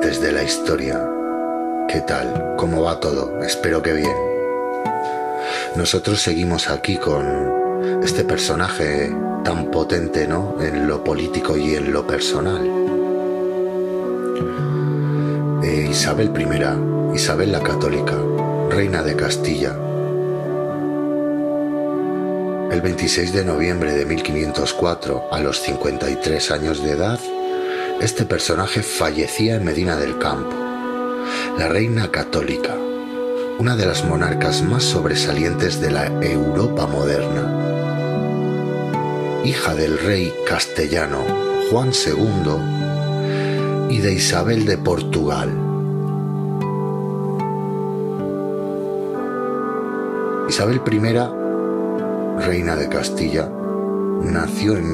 amantes de la historia, ¿qué tal? ¿Cómo va todo? Espero que bien. Nosotros seguimos aquí con este personaje tan potente, ¿no? En lo político y en lo personal. Isabel I, Isabel la Católica, reina de Castilla. El 26 de noviembre de 1504, a los 53 años de edad, este personaje fallecía en Medina del Campo. La reina católica, una de las monarcas más sobresalientes de la Europa moderna. Hija del rey castellano Juan II y de Isabel de Portugal. Isabel I, reina de Castilla, nació en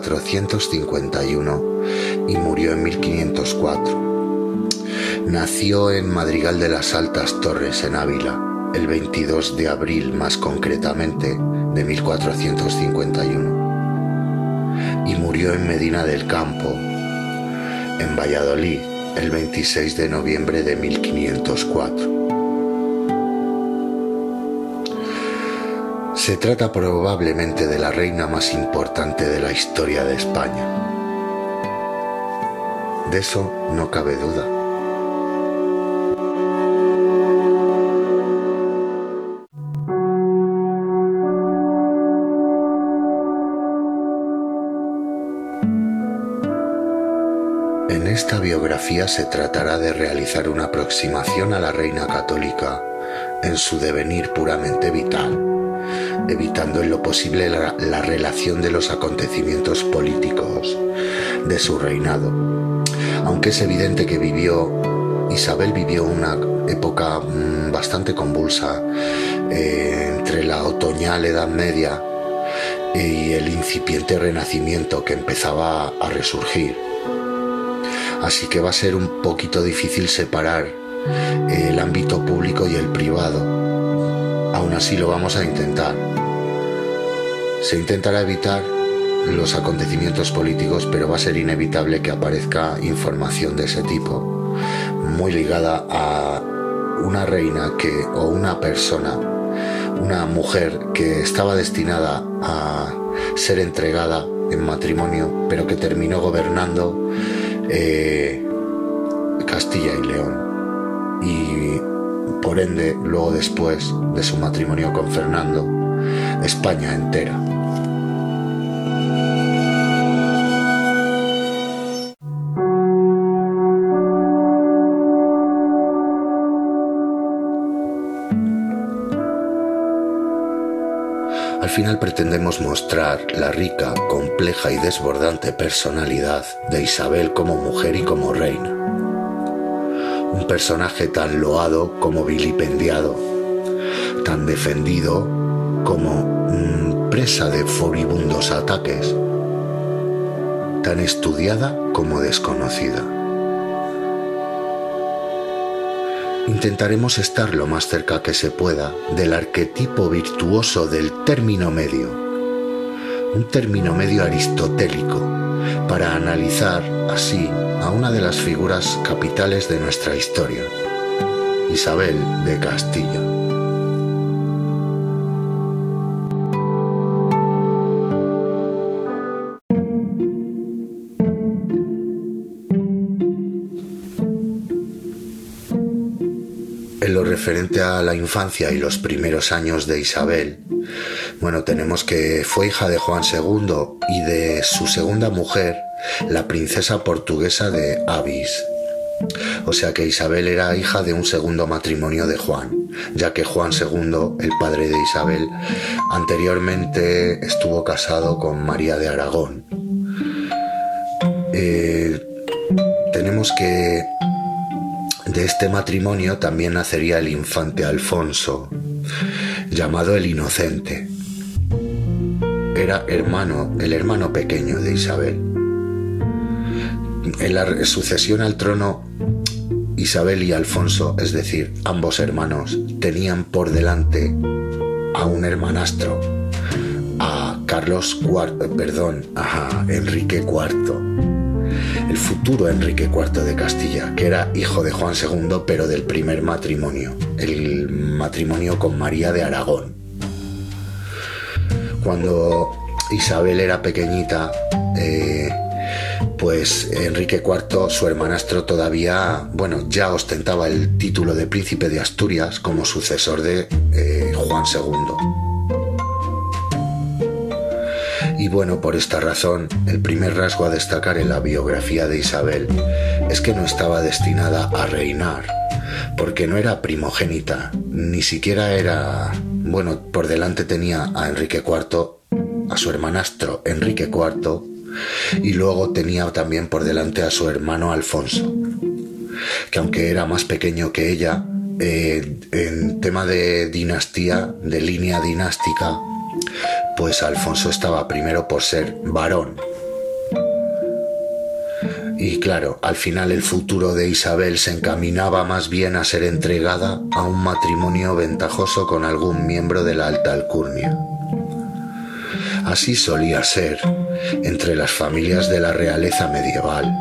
1451 y murió en 1504. Nació en Madrigal de las Altas Torres, en Ávila, el 22 de abril más concretamente de 1451. Y murió en Medina del Campo, en Valladolid, el 26 de noviembre de 1504. Se trata probablemente de la reina más importante de la historia de España. De eso no cabe duda. En esta biografía se tratará de realizar una aproximación a la reina católica en su devenir puramente vital, evitando en lo posible la relación de los acontecimientos políticos de su reinado. Aunque es evidente que Isabel vivió una época bastante convulsa entre la otoñal Edad Media y el incipiente Renacimiento que empezaba a resurgir. Así que va a ser un poquito difícil separar el ámbito público y el privado. Aún así lo vamos a intentar. Se intentará evitar los acontecimientos políticos, pero va a ser inevitable que aparezca información de ese tipo, muy ligada a una reina o una persona, una mujer que estaba destinada a ser entregada en matrimonio, pero que terminó gobernando Castilla y León. Y por ende, luego después de su matrimonio con Fernando, España entera. Al final pretendemos mostrar la rica, compleja y desbordante personalidad de Isabel como mujer y como reina. Un personaje tan loado como vilipendiado, tan defendido como presa de furibundos ataques, tan estudiada como desconocida. Intentaremos estar lo más cerca que se pueda del arquetipo virtuoso del término medio, un término medio aristotélico, para analizar así a una de las figuras capitales de nuestra historia, Isabel de Castilla. En lo referente a la infancia y los primeros años de Isabel, tenemos que fue hija de Juan II y de su segunda mujer, la princesa portuguesa de Avis. O sea que Isabel era hija de un segundo matrimonio de Juan, ya que Juan II, el padre de Isabel, anteriormente estuvo casado con María de Aragón. Tenemos que de este matrimonio también nacería el infante Alfonso, llamado el Inocente. Era el hermano pequeño de Isabel. En la sucesión al trono, Isabel y Alfonso, es decir, ambos hermanos, tenían por delante a un hermanastro, a Enrique IV. el futuro Enrique IV de Castilla, que era hijo de Juan II, pero del primer matrimonio, el matrimonio con María de Aragón. Cuando Isabel era pequeñita, pues Enrique IV, su hermanastro, todavía, ya ostentaba el título de príncipe de Asturias como sucesor de Juan II. Y por esta razón, el primer rasgo a destacar en la biografía de Isabel es que no estaba destinada a reinar, porque no era primogénita, ni siquiera era... por delante tenía a Enrique IV, a su hermanastro Enrique IV, y luego tenía también por delante a su hermano Alfonso, que aunque era más pequeño que ella, en tema de dinastía, de línea dinástica, pues Alfonso estaba primero por ser varón. Y claro, al final el futuro de Isabel se encaminaba más bien a ser entregada a un matrimonio ventajoso con algún miembro de la alta alcurnia. Así solía ser entre las familias de la realeza medieval.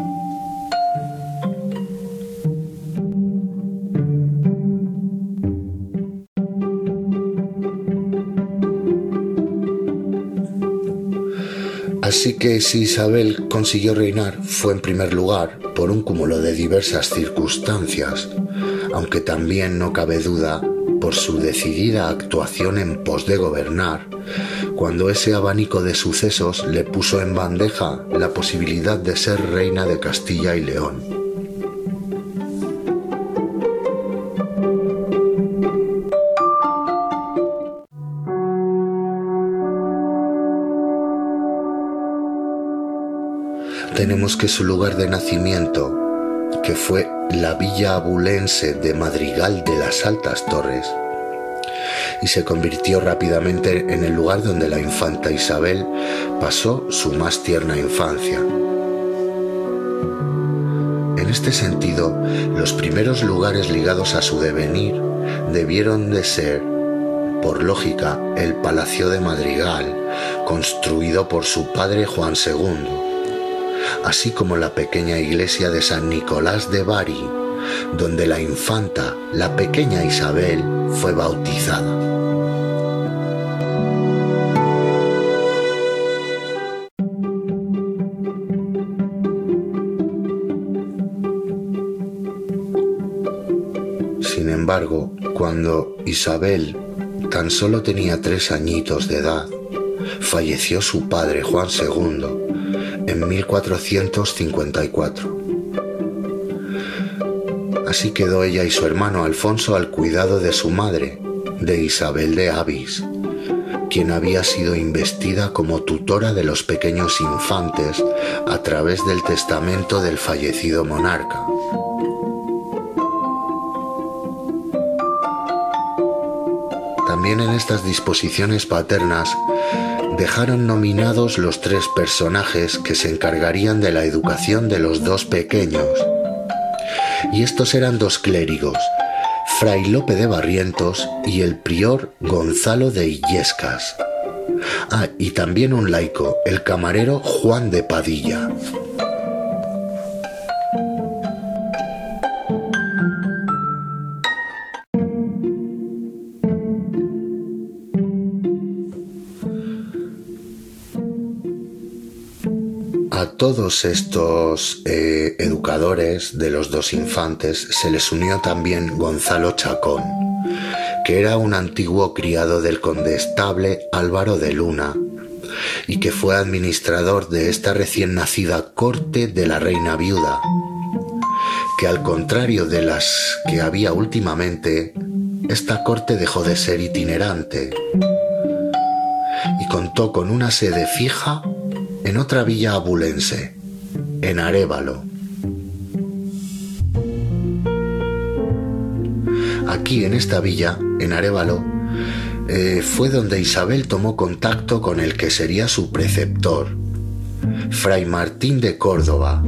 Así que si Isabel consiguió reinar fue en primer lugar por un cúmulo de diversas circunstancias, aunque también no cabe duda por su decidida actuación en pos de gobernar, cuando ese abanico de sucesos le puso en bandeja la posibilidad de ser reina de Castilla y León. Tenemos que su lugar de nacimiento, que fue la villa abulense de Madrigal de las Altas Torres, y se convirtió rápidamente en el lugar donde la infanta Isabel pasó su más tierna infancia. En este sentido, los primeros lugares ligados a su devenir debieron de ser, por lógica, el Palacio de Madrigal, construido por su padre Juan II, así como la pequeña iglesia de San Nicolás de Bari, donde la infanta, la pequeña Isabel, fue bautizada. Sin embargo, cuando Isabel tan solo tenía 3 añitos de edad, falleció su padre Juan II en 1454. Así quedó ella y su hermano Alfonso al cuidado de su madre, de Isabel de Avis, quien había sido investida como tutora de los pequeños infantes a través del testamento del fallecido monarca. También en estas disposiciones paternas dejaron nominados los 3 personajes que se encargarían de la educación de los 2 pequeños. Y estos eran 2 clérigos, Fray Lope de Barrientos y el prior Gonzalo de Illescas. Y también un laico, el camarero Juan de Padilla. A todos estos educadores de los 2 infantes se les unió también Gonzalo Chacón, que era un antiguo criado del condestable Álvaro de Luna y que fue administrador de esta recién nacida corte de la reina viuda, que al contrario de las que había últimamente, esta corte dejó de ser itinerante y contó con una sede fija en otra villa abulense, en Arévalo. Aquí, en esta villa, en Arévalo, fue donde Isabel tomó contacto con el que sería su preceptor, Fray Martín de Córdoba.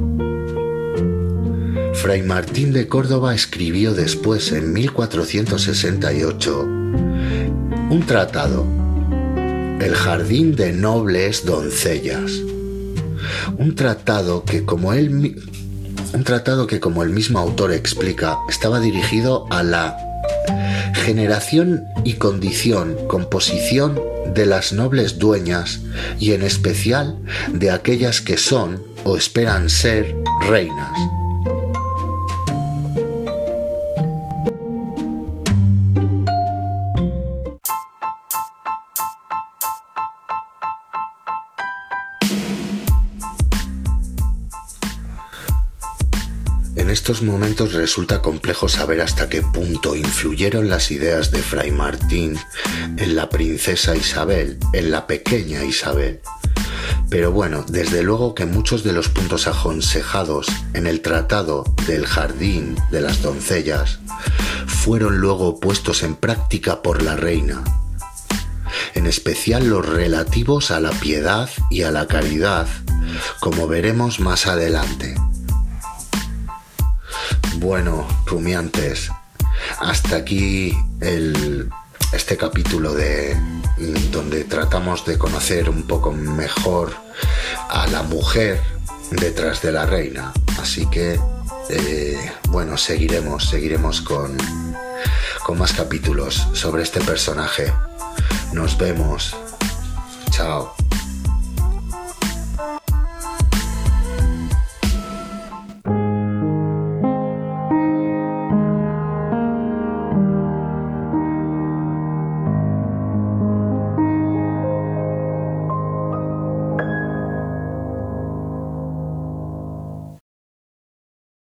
Fray Martín de Córdoba escribió después, en 1468, un tratado, El jardín de nobles doncellas, Un tratado que, como el mismo autor explica, estaba dirigido a la generación y condición, composición de las nobles dueñas y en especial de aquellas que son o esperan ser reinas. En estos momentos resulta complejo saber hasta qué punto influyeron las ideas de Fray Martín en la princesa Isabel, en la pequeña Isabel. Pero bueno, desde luego que muchos de los puntos aconsejados en el Tratado del Jardín de las Doncellas fueron luego puestos en práctica por la reina, en especial los relativos a la piedad y a la caridad, como veremos más adelante. Bueno, rumiantes, hasta aquí este capítulo donde tratamos de conocer un poco mejor a la mujer detrás de la reina. Así que, bueno, seguiremos con más capítulos sobre este personaje. Nos vemos. Chao.